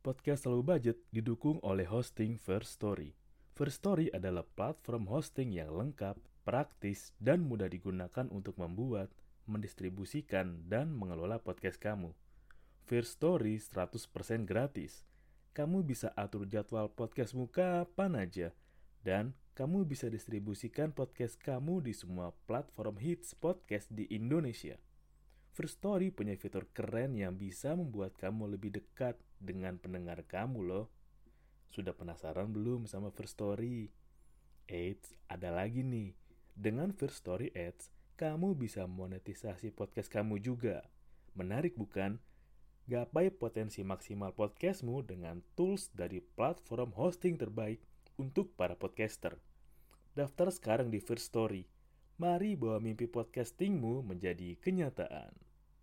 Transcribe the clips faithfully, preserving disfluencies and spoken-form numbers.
Podcast Selalu Budget didukung oleh hosting First Story. First Story adalah platform hosting yang lengkap, praktis, dan mudah digunakan untuk membuat, mendistribusikan, dan mengelola podcast kamu. First Story seratus persen gratis. Kamu bisa atur jadwal podcastmu kapan aja, dan kamu bisa distribusikan podcast kamu di semua platform hits podcast di Indonesia. First Story punya fitur keren yang bisa membuat kamu lebih dekat dengan pendengar kamu loh. Sudah penasaran belum sama First Story? Eits, ada lagi nih. Dengan First Story Ads, kamu bisa monetisasi podcast kamu juga. Menarik bukan? Gapai potensi maksimal podcastmu dengan tools dari platform hosting terbaik untuk para podcaster. Daftar sekarang di First Story. Mari bawa mimpi podcastingmu menjadi kenyataan.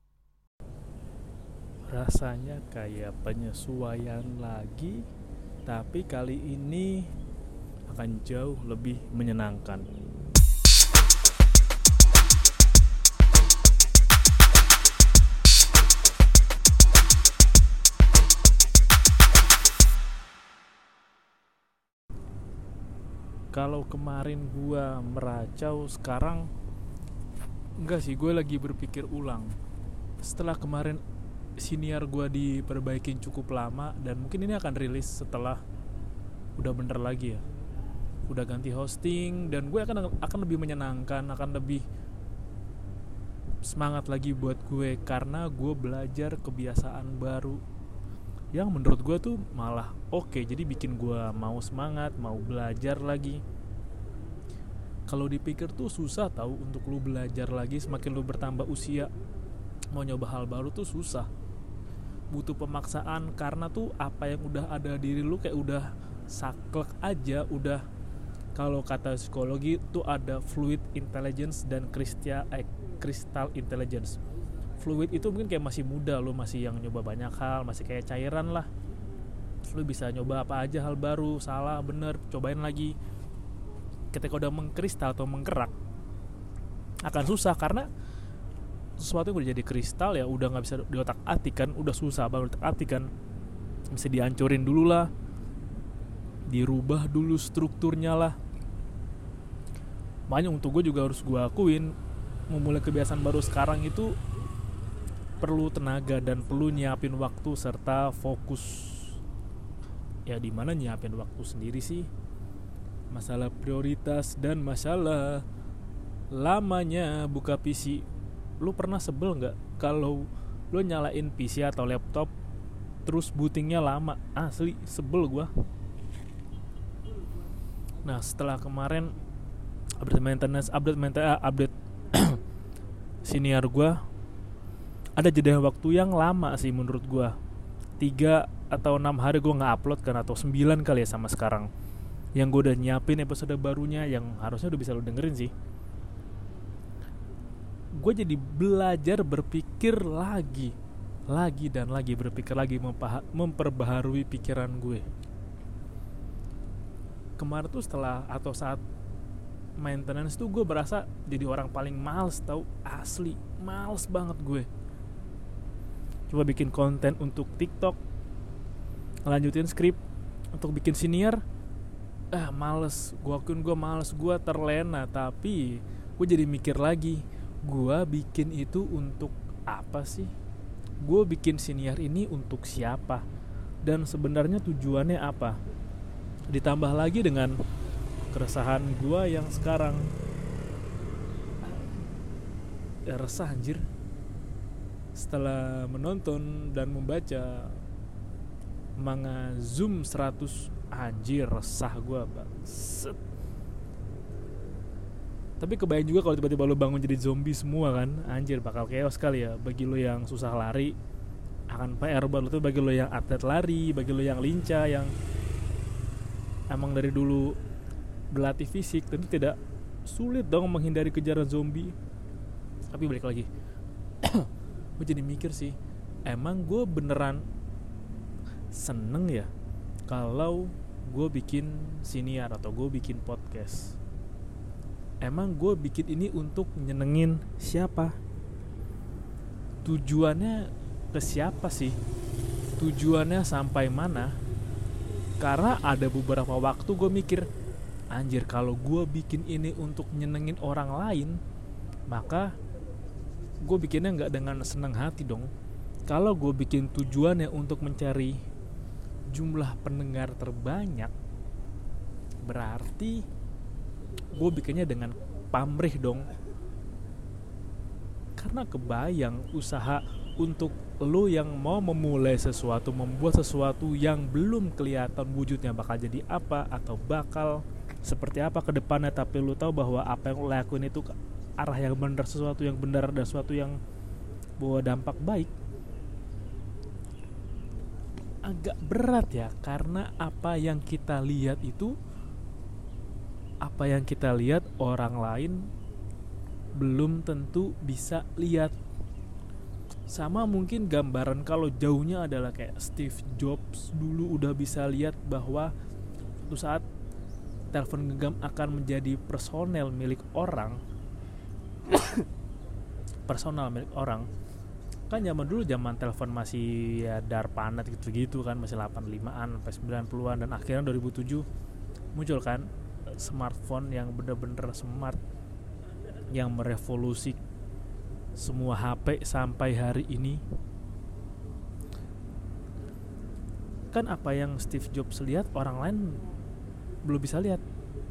Rasanya kayak penyesuaian lagi, tapi kali ini akan jauh lebih menyenangkan. Kalau kemarin gua meracau, sekarang enggak sih, gue lagi berpikir ulang. Setelah kemarin siniar gue diperbaikin cukup lama, dan mungkin ini akan rilis setelah udah bener lagi ya, udah ganti hosting, dan gue akan akan lebih menyenangkan, akan lebih semangat lagi buat gue, karena gue belajar kebiasaan baru yang menurut gue tuh malah oke, okay, jadi bikin gue mau semangat, mau belajar lagi. Kalau dipikir tuh susah tahu untuk lu belajar lagi, semakin lu bertambah usia, mau nyoba hal baru tuh susah, butuh pemaksaan, karena tuh apa yang udah ada diri lu kayak udah saklek aja, udah, kalau kata psikologi tuh ada fluid intelligence dan crystal, eh, crystal intelligence. Fluid itu mungkin kayak masih muda, lu masih yang nyoba banyak hal, masih kayak cairan lah, lu bisa nyoba apa aja hal baru, salah bener cobain lagi. Ketika udah mengkristal atau mengkerak, akan susah, karena sesuatu yang udah jadi kristal ya udah nggak bisa diotak-atik kan, udah susah banget diotak-atik kan, bisa dihancurin dulu lah, dirubah dulu strukturnya lah. Makanya untuk gue juga harus gue akuin, memulai kebiasaan baru sekarang itu perlu tenaga dan perlu nyiapin waktu serta fokus. Ya dimana nyiapin waktu sendiri sih, masalah prioritas dan masalah lamanya buka P C. Lu pernah sebel gak kalau lu nyalain P C atau laptop terus bootingnya lama? Asli sebel gua. Nah setelah kemarin update maintenance, update maintenance, update senior gua, ada jeda waktu yang lama sih menurut gua. Tiga atau enam hari gua nge-upload kan, atau sembilan kali ya sama sekarang, yang gua udah nyiapin episode barunya yang harusnya udah bisa lu dengerin sih. Gue jadi belajar berpikir lagi, lagi dan lagi berpikir lagi, mempa- memperbaharui pikiran gue. Kemarin tuh setelah atau saat maintenance tuh gue berasa jadi orang paling males, tau, asli males banget gue. Coba bikin konten untuk TikTok, lanjutin skrip untuk bikin senior, ah males, gue akuin gue males, gue terlena. Tapi gue jadi mikir lagi, gue bikin itu untuk apa sih? Gue bikin siniar ini untuk siapa? Dan sebenarnya tujuannya apa? Ditambah lagi dengan keresahan gue yang sekarang, ya resah anjir. Setelah menonton dan membaca manga Zoom seratus, anjir resah gue banget. Tapi kebayang juga kalau tiba-tiba lo bangun jadi zombie semua kan, anjir bakal chaos kali ya. Bagi lo yang susah lari akan P R buat lo tuh, bagi lo yang atlet lari, bagi lo yang lincah, yang emang dari dulu berlatih fisik, tentu tidak sulit dong menghindari kejaran zombie. Tapi balik lagi, gue jadi mikir sih, emang gue beneran seneng ya kalau gue bikin siniar atau gue bikin podcast? Emang gue bikin ini untuk nyenengin siapa? Tujuannya ke siapa sih? tujuannya sampai mana. Karena ada beberapa waktu gue mikir, anjir kalau gue bikin ini untuk nyenengin orang lain, maka gue bikinnya gak dengan senang hati dong. Kalau gue bikin tujuannya untuk mencari jumlah pendengar terbanyak, berarti gue bikinnya dengan pamrih dong. Karena kebayang usaha untuk lo yang mau memulai sesuatu, membuat sesuatu yang belum kelihatan wujudnya bakal jadi apa atau bakal seperti apa ke depannya, tapi lo tahu bahwa apa yang lo lakuin itu arah yang benar, sesuatu yang benar dan sesuatu yang bawa dampak baik. Agak berat ya, karena apa yang kita lihat itu, apa yang kita lihat orang lain belum tentu bisa lihat. Sama mungkin gambaran kalau jauhnya adalah kayak Steve Jobs dulu udah bisa lihat bahwa suatu saat telepon genggam akan menjadi personel milik orang. Personal milik orang. Kan zaman dulu zaman telepon masih ya darpanet gitu-gitu kan, masih delapan puluh limaan sampai sembilan puluhan, dan akhirnya dua ribu tujuh muncul kan smartphone yang bener-bener smart, yang merevolusi semua H P sampai hari ini. Kan apa yang Steve Jobs lihat orang lain belum bisa lihat.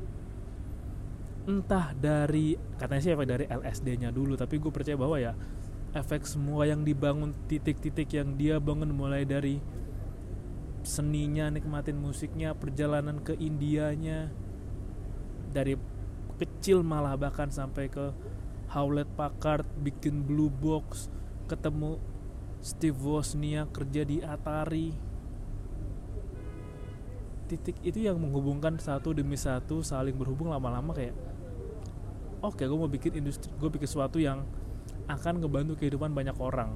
Entah dari, katanya sih efek dari L S D-nya dulu, tapi gue percaya bahwa ya efek semua yang dibangun, titik-titik yang dia bangun, mulai dari seninya, nikmatin musiknya, perjalanan ke Indianya, dari kecil malah bahkan sampai ke Hewlett Packard bikin Blue Box, ketemu Steve Wozniak kerja di Atari. Titik itu yang menghubungkan satu demi satu, saling berhubung, lama-lama kayak oke, gue mau bikin industri, gue bikin sesuatu yang akan ngebantu kehidupan banyak orang.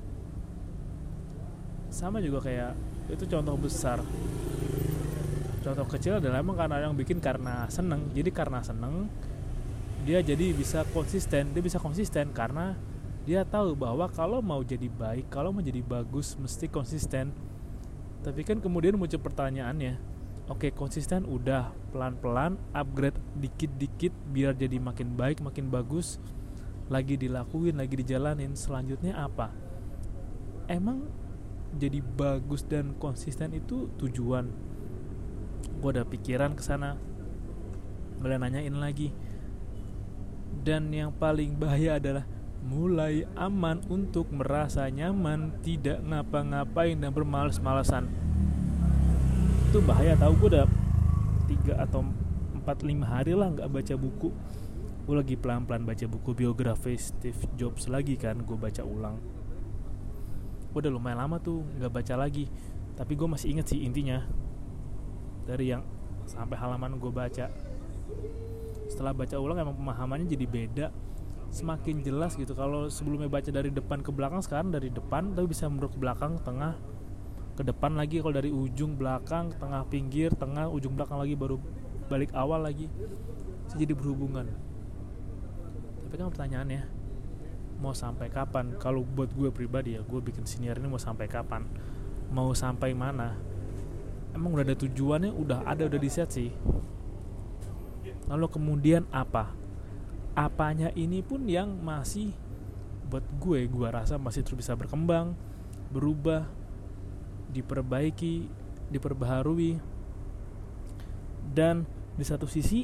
Sama juga kayak itu contoh besar. Contoh kecil adalah emang karena yang bikin karena seneng. Jadi karena seneng dia jadi bisa konsisten. Dia bisa konsisten karena dia tahu bahwa kalau mau jadi baik, kalau mau jadi bagus mesti konsisten. Tapi kan kemudian muncul pertanyaannya, oke, konsisten udah, pelan-pelan upgrade dikit-dikit biar jadi makin baik, makin bagus, lagi dilakuin, lagi dijalanin, selanjutnya apa? Emang jadi bagus dan konsisten itu tujuan? Gue ada pikiran kesana, mulai nanyain lagi. Dan yang paling bahaya adalah mulai aman untuk merasa nyaman, tidak ngapa-ngapain dan bermalas-malasan. Itu bahaya tau. Gue udah tiga atau empat lima hari lah gak baca buku. Gue lagi pelan-pelan baca buku biografi Steve Jobs lagi kan, gue baca ulang. Gue udah lumayan lama tuh gak baca lagi, tapi gue masih inget sih intinya dari yang sampai halaman gue baca. Setelah baca ulang emang pemahamannya jadi beda, semakin jelas gitu. Kalau sebelumnya baca dari depan ke belakang, sekarang dari depan tapi bisa mundur ke belakang, tengah, ke depan lagi. Kalau dari ujung belakang, tengah, pinggir, tengah, ujung belakang lagi, baru balik awal lagi. Bisa jadi berhubungan. Tapi kan pertanyaannya, mau sampai kapan? Kalau buat gue pribadi ya, gue bikin siniar ini mau sampai kapan? Mau sampai mana? Emang udah ada tujuannya, udah ada, udah di set sih. Lalu kemudian apa? Apanya ini pun yang masih buat gue, gue rasa masih terus bisa berkembang, berubah, diperbaiki, diperbaharui. Dan di satu sisi,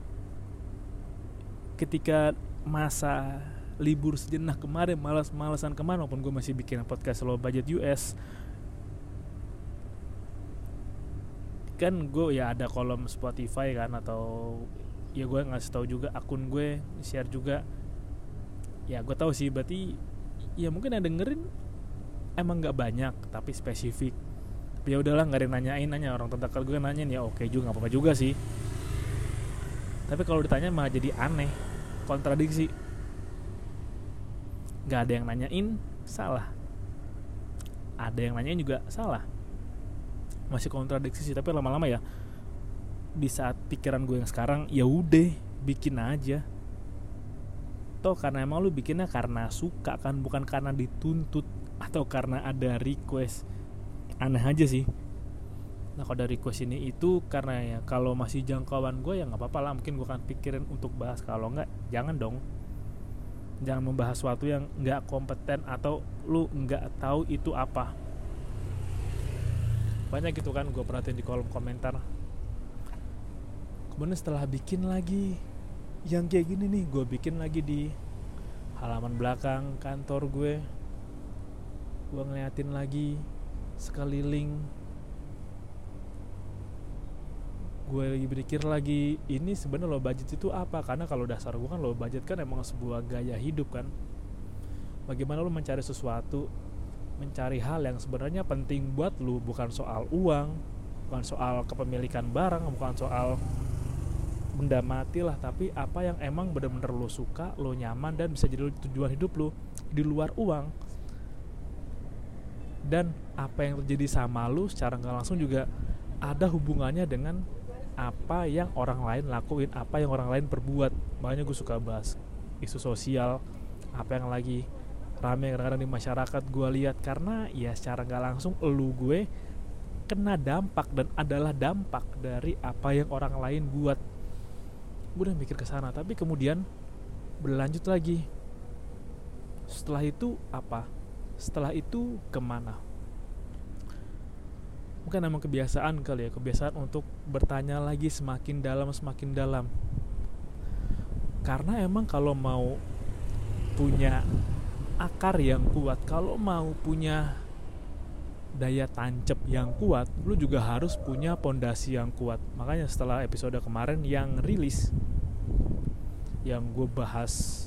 ketika masa libur sejenak kemarin, malas-malasan kemarin, walaupun gue masih bikin podcast low budget U S, kan gue ya ada kolom Spotify kan, atau ya gue ngasih tahu juga akun gue, share juga. Ya gue tahu sih, berarti ya mungkin yang dengerin emang nggak banyak tapi spesifik. Tapi ya udahlah, nggak ada yang nanyain, nanya orang terdekat gue nanyain, ya oke juga, nggak apa-apa juga sih. Tapi kalau ditanya malah jadi aneh, kontradiksi. Nggak ada yang nanyain, salah. Ada yang nanyain juga salah. Masih kontradiksi sih. Tapi lama-lama ya, di saat pikiran gue yang sekarang, ya udah bikin aja. Toh karena emang lu bikinnya karena suka kan, bukan karena dituntut atau karena ada request. aneh aja sih. Nah kalau dari request ini itu karena ya kalau masih jangkauan gue ya nggak apa-apa lah, mungkin gue akan pikirin untuk bahas. Kalau nggak, jangan dong, jangan membahas sesuatu yang nggak kompeten atau lu nggak tahu itu apa. Banyak gitu kan gue perhatiin di kolom komentar. Kemudian setelah bikin lagi yang kayak gini nih, gue bikin lagi di halaman belakang kantor gue. Gue ngeliatin lagi sekeliling. Gue lagi berpikir lagi, ini sebenarnya low budget itu apa? Karena kalau dasar gue kan low budget kan emang sebuah gaya hidup kan. Bagaimana lu mencari sesuatu, mencari hal yang sebenarnya penting buat lu, bukan soal uang, bukan soal kepemilikan barang, bukan soal benda mati lah, tapi apa yang emang benar-benar lu suka, lu nyaman dan bisa jadi tujuan hidup lu di luar uang. Dan apa yang terjadi sama lu secara nggak langsung juga ada hubungannya dengan apa yang orang lain lakuin, apa yang orang lain perbuat. Makanya gue suka bahas isu sosial, apa yang lagi rame kadang-kadang di masyarakat gue lihat, karena ya secara nggak langsung elu gue kena dampak dan adalah dampak dari apa yang orang lain buat. Gue udah mikir ke sana, tapi kemudian berlanjut lagi. Setelah itu apa? Setelah itu kemana? Mungkin emang kebiasaan kali ya, kebiasaan untuk bertanya lagi semakin dalam semakin dalam. Karena emang kalau mau punya akar yang kuat, kalau mau punya daya tancap yang kuat, lu juga harus punya pondasi yang kuat. Makanya setelah episode kemarin yang rilis, yang gue bahas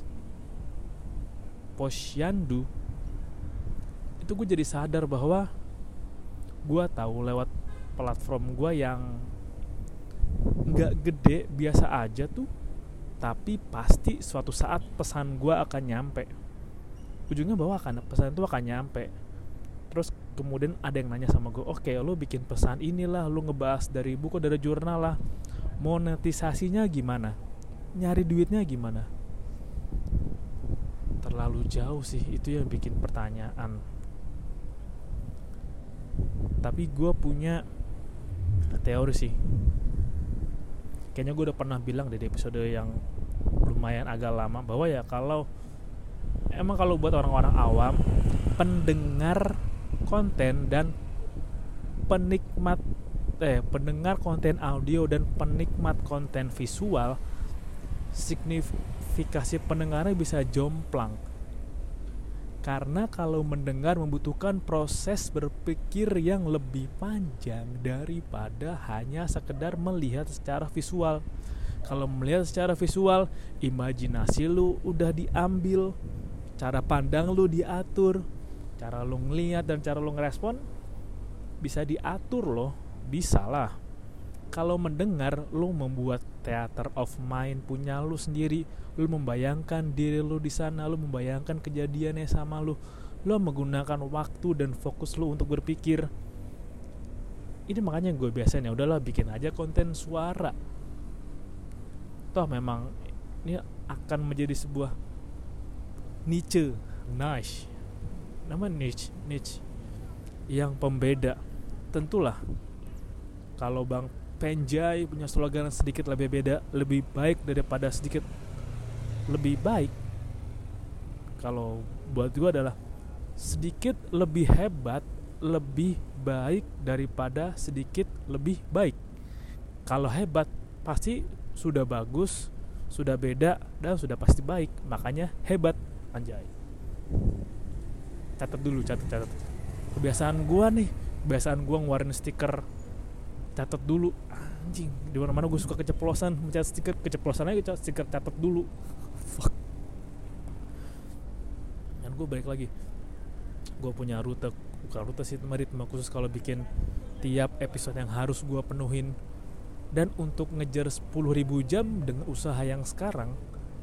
Posyandu, itu gue jadi sadar bahwa gue tahu lewat platform gue yang gak gede, biasa aja tuh, tapi pasti suatu saat pesan gue akan nyampe. Ujungnya bahwa akan pesan itu akan nyampe. Terus kemudian ada yang nanya sama gue, oke okay, lo bikin pesan inilah, lo ngebahas dari buku, dari jurnal lah, monetisasinya gimana, nyari duitnya gimana? Terlalu jauh sih, itu yang bikin pertanyaan. Tapi gue punya teori sih. Kayaknya gue udah pernah bilang di episode yang lumayan agak lama, bahwa ya kalau emang kalau buat orang-orang awam, pendengar konten dan penikmat eh pendengar konten audio dan penikmat konten visual, signifikasi pendengarnya bisa jomplang. Karena kalau mendengar membutuhkan proses berpikir yang lebih panjang daripada hanya sekedar melihat secara visual. Kalau melihat secara visual, imajinasi lu udah diambil, cara pandang lu diatur, cara lu ngeliat dan cara lu ngerespon bisa diatur loh, bisa lah. Kalau mendengar, lu membuat theater of mind punya lu sendiri. Lu membayangkan diri lu di sana, lu membayangkan kejadiannya sama lu. Lu menggunakan waktu dan fokus lu untuk berpikir. Ini makanya gue biasanya udahlah bikin aja konten suara. Toh memang ini akan menjadi sebuah niche, niche. Nama niche, niche yang pembeda. Tentulah kalau Bang Penjai punya slogan sedikit lebih beda, lebih baik daripada sedikit lebih baik. Kalau buat gue adalah sedikit lebih hebat, lebih baik daripada sedikit lebih baik. Kalau hebat pasti sudah bagus, sudah beda, dan sudah pasti baik. Makanya hebat, anjay. Catat dulu, catat, catat. Kebiasaan gue nih, kebiasaan gue ngeluarin stiker catat dulu. Anjing, di mana-mana gue suka keceplosan mencatat stiker, keceplosan aja stiker catat dulu. Fuck. Dan gue balik lagi, gue punya rute, bukan rute sih, ritme khusus kalau bikin tiap episode yang harus gue penuhin. Dan untuk ngejar sepuluh ribu jam dengan usaha yang sekarang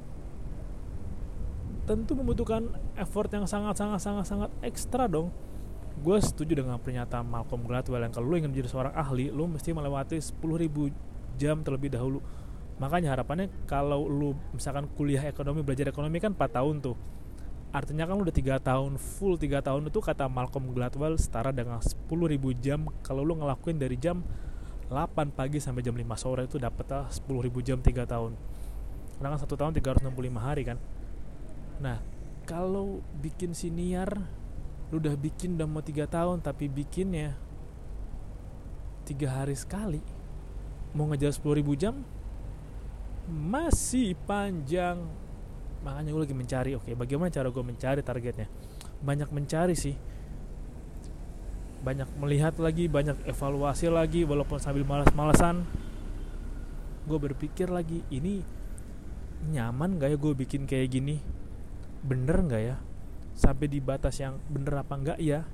tentu membutuhkan effort yang sangat-sangat-sangat-sangat ekstra dong. Gue setuju dengan pernyataan Malcolm Gladwell yang kalau lu ingin menjadi seorang ahli, lu mesti melewati sepuluh ribu jam terlebih dahulu. Makanya harapannya kalau lu misalkan kuliah ekonomi, belajar ekonomi kan empat tahun tuh. Artinya kan lu udah tiga tahun, full tiga tahun itu kata Malcolm Gladwell setara dengan sepuluh ribu jam. Kalau lu ngelakuin dari jam delapan pagi sampai jam lima sore itu dapet lah sepuluh ribu jam tiga tahun. Karena kan satu tahun tiga ratus enam puluh lima hari kan. Nah, kalau bikin siniar, lu udah bikin udah mau tiga tahun tapi bikinnya tiga hari sekali, mau ngejar sepuluh ribu jam masih panjang. Makanya gue lagi mencari, oke okay, bagaimana cara gue mencari targetnya. Banyak mencari sih, banyak melihat lagi, banyak evaluasi lagi. Walaupun sambil malas-malasan, gue berpikir lagi, ini nyaman gak ya gue bikin kayak gini, bener gak ya, sampai di batas yang bener apa enggak ya.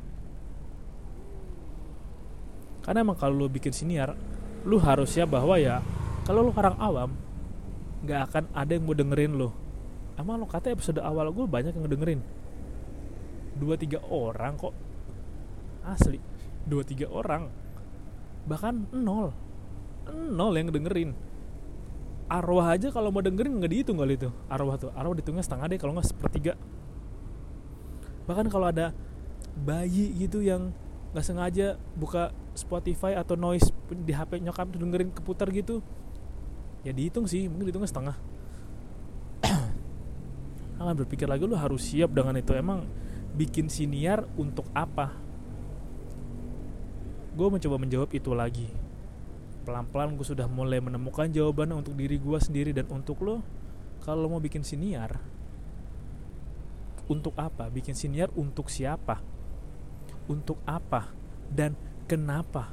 Karena emang kalau lu bikin siniar, lu harus ya bahwa ya kalau lu orang awam gak akan ada yang mau dengerin lu. Emang lo kata episode awal gue banyak yang ngedengerin, dua tiga orang kok, asli dua tiga orang, bahkan nol nol yang ngedengerin. Arwah aja kalau mau dengerin nggak dihitung kali itu. Arwah tuh arwah dihitungnya setengah deh, kalau nggak sepertiga. Bahkan kalau ada bayi gitu yang nggak sengaja buka Spotify atau noise di H P nyokap tuh dengerin keputar gitu, ya dihitung sih, mungkin dihitungnya setengah. Akan berpikir lagi, lu harus siap dengan itu. Emang bikin siniar untuk apa? Gue mencoba menjawab itu lagi. Pelan-pelan gue sudah mulai menemukan jawabannya untuk diri gue sendiri dan untuk lo. Kalau lo mau bikin siniar, untuk apa? Bikin siniar untuk siapa? Untuk apa? Dan kenapa?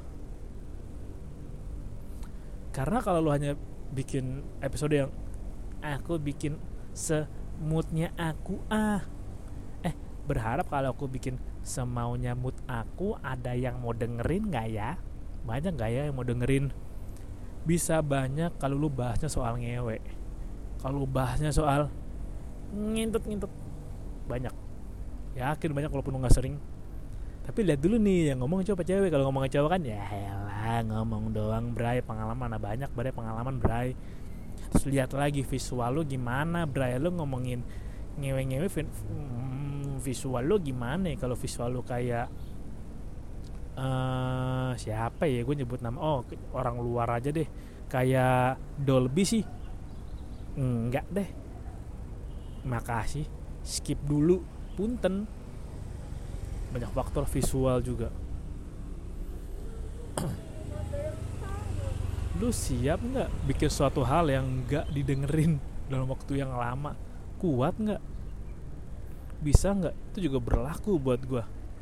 Karena kalau lo hanya bikin episode yang aku bikin se moodnya aku ah eh berharap kalau aku bikin semaunya mood aku, ada yang mau dengerin gak ya? Banyak gak ya yang mau dengerin? Bisa banyak kalau lu bahasnya soal ngewe, kalau lu bahasnya soal ngintut-ngintut, banyak, yakin banyak walaupun lu gak sering. Tapi lihat dulu nih yang ngomong cowok cewek. Kalau ngomongin cowok kan ya elah ngomong doang bray, pengalaman nah banyak bray, pengalaman bray. Terus lihat lagi visual lu gimana bray, lu ngomongin ngewe-ngewe visual lu gimana ya. Kalau visual lu kayak uh, siapa ya, gue nyebut nama, oh orang luar aja deh, kayak Dolby sih enggak deh, makasih, skip dulu, punten. Banyak faktor visual juga. Lu siap gak bikin suatu hal yang gak didengerin dalam waktu yang lama? Kuat gak? Bisa gak? Itu juga berlaku buat gue.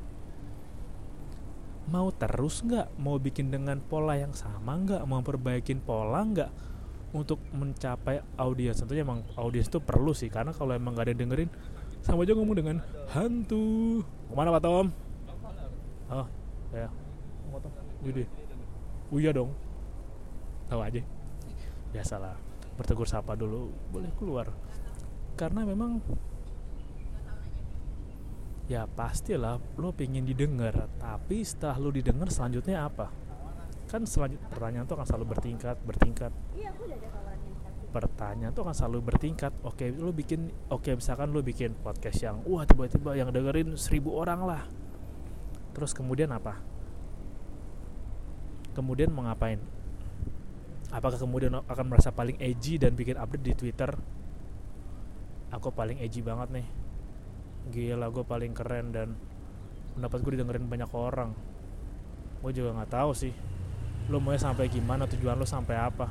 Mau terus gak? Mau bikin dengan pola yang sama gak? Mau perbaikin pola gak? Untuk mencapai audiens. Tentunya emang audiens itu perlu sih, karena kalau emang gak ada yang dengerin, sama aja ngomong dengan hantu. Kemana Pak Tom? Oh ya, jadi oh iya dong, tahu aja. Biasalah, bertegur sapa dulu, boleh keluar. Karena memang ya pastilah lo pengen didengar, tapi setelah lo didengar selanjutnya apa? Kan selanjutnya pertanyaan tuh akan selalu bertingkat, bertingkat. Pertanyaan tuh akan selalu bertingkat. Oke, lo bikin, oke misalkan lo bikin podcast yang wah tiba-tiba yang dengerin seribu orang lah. Terus kemudian apa? Kemudian mau ngapain? Apakah kemudian akan merasa paling edgy dan bikin update di Twitter? Aku paling edgy banget nih, gila gue paling keren dan pendapat gue didengerin banyak orang. Gue juga nggak tahu sih lo mau sampai gimana, tujuan lo sampai apa.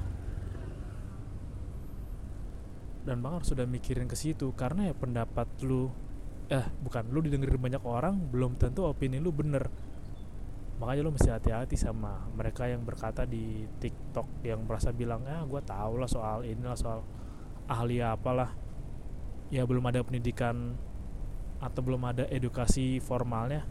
Dan bang harus sudah mikirin ke situ, karena ya pendapat lu eh bukan lu didengerin banyak orang belum tentu opini lu bener. Makanya lu mesti hati-hati sama mereka yang berkata di TikTok yang merasa bilang ah gue tau lah soal inilah, soal ahli apalah, ya belum ada pendidikan atau belum ada edukasi formalnya.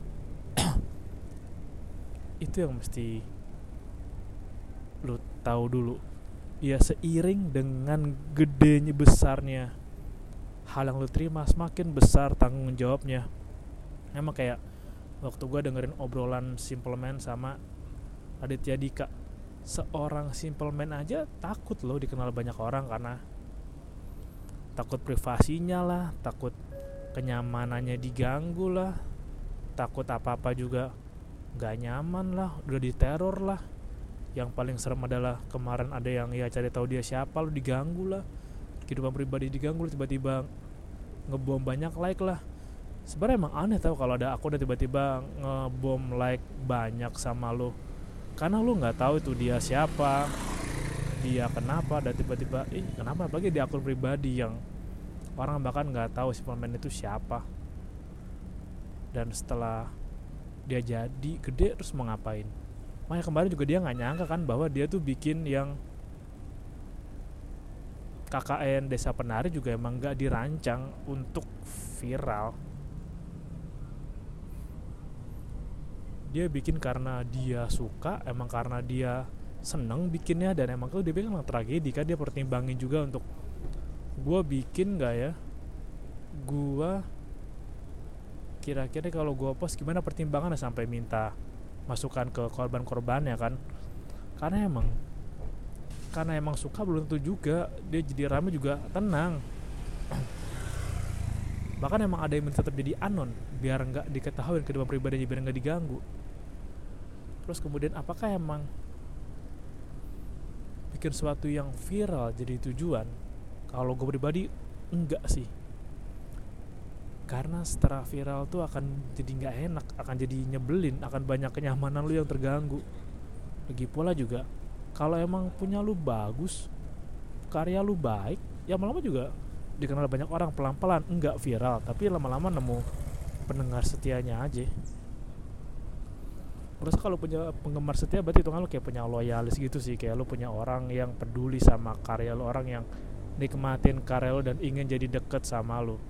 Itu yang mesti lu tahu dulu. Ya seiring dengan gedenya besarnya hal yang lu terima, semakin besar tanggung jawabnya. Emang kayak waktu gue dengerin obrolan Simple Man sama Aditya Dika, seorang Simple Man aja takut loh dikenal banyak orang, karena takut privasinya lah, takut kenyamanannya diganggu lah, takut apa-apa juga gak nyaman lah, udah diteror lah. Yang paling serem adalah kemarin ada yang ya cari tahu dia siapa, lu diganggu lah, kehidupan pribadi diganggu, lu tiba-tiba ngebom banyak like lah. Sebenarnya emang aneh tau kalau ada akun yang tiba-tiba ngebom like banyak sama lu, karena lu nggak tahu itu dia siapa, dia kenapa, dan tiba-tiba ih kenapa, apalagi di akun pribadi yang orang bahkan nggak tahu si pemain itu siapa. Dan setelah dia jadi gede terus mau ngapain? Makanya kemarin juga dia nggak nyangka kan bahwa dia tuh bikin yang K K N Desa Penari juga emang nggak dirancang untuk viral. Dia bikin karena dia suka, emang karena dia seneng bikinnya, dan emang kalau dia bikin emang tragedi kan, dia pertimbangin juga untuk gue bikin nggak ya, gue kira-kira kalau gue post gimana pertimbangannya, sampai minta masukan ke korban-korbannya kan. Karena emang karena emang suka belum tentu juga dia jadi rame juga tenang. Bahkan emang ada yang tetap jadi anon biar nggak diketahui kehidupan pribadinya, biar nggak diganggu. Terus kemudian apakah emang bikin sesuatu yang viral jadi tujuan? Kalau gue pribadi enggak sih. Karena setelah viral tuh akan jadi nggak enak, akan jadi nyebelin, akan banyak kenyamanan lu yang terganggu. Lagi pula juga kalau emang punya lu bagus, karya lu baik, ya lama-lama juga dikenal banyak orang, pelan-pelan enggak viral, tapi lama-lama nemu pendengar setianya aja. Terus kalau punya penggemar setia berarti itu kan lu kayak punya loyalis gitu sih, kayak lu punya orang yang peduli sama karya lu, orang yang nikmatin karya lu dan ingin jadi deket sama lu.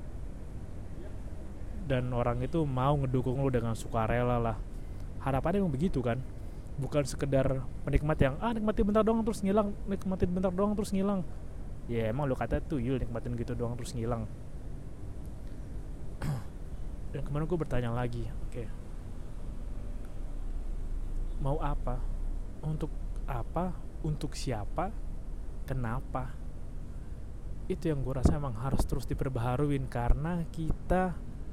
Dan orang itu mau ngedukung lu dengan sukarela lah. Harapannya emang begitu kan, bukan sekedar penikmat yang ah nikmatin bentar doang terus ngilang, nikmatin bentar doang terus ngilang. Ya emang lu kata tuh yul nikmatin gitu doang terus ngilang. Dan kemarin gue bertanya lagi, oke okay, mau apa, untuk apa, untuk siapa, kenapa? Itu yang gue rasa emang harus terus diperbaharuin, karena kita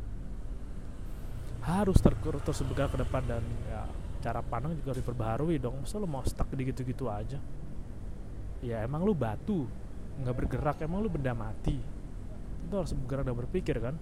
harus ter- terus bergerak ke depan. Dan ya cara pandang juga harus diperbaharui dong. Masa lu mau stuck di gitu-gitu aja? Ya emang lu batu nggak bergerak, emang lu benda mati, itu harus bergerak dan berpikir kan.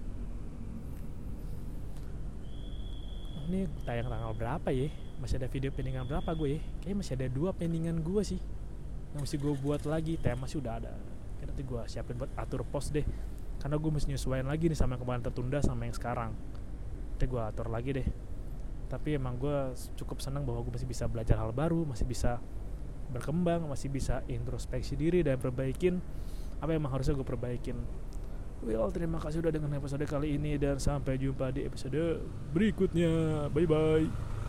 Ini tayang tanggal berapa ya? Masih ada video pendingan berapa gue ya? Kayaknya masih ada dua pendingan gue sih yang mesti gue buat lagi. Tema sih udah ada, kayaknya nanti gue siapin buat atur post deh, karena gue mesti nyesuaiin lagi nih sama yang kemarin tertunda sama yang sekarang. Nanti gue atur lagi deh. Tapi emang gue cukup senang bahwa gue masih bisa belajar hal baru, masih bisa berkembang, masih bisa introspeksi diri dan perbaikin apa yang emang harusnya gue perbaikin. Well, terima kasih udah dengan episode kali ini, dan sampai jumpa di episode berikutnya. Bye bye.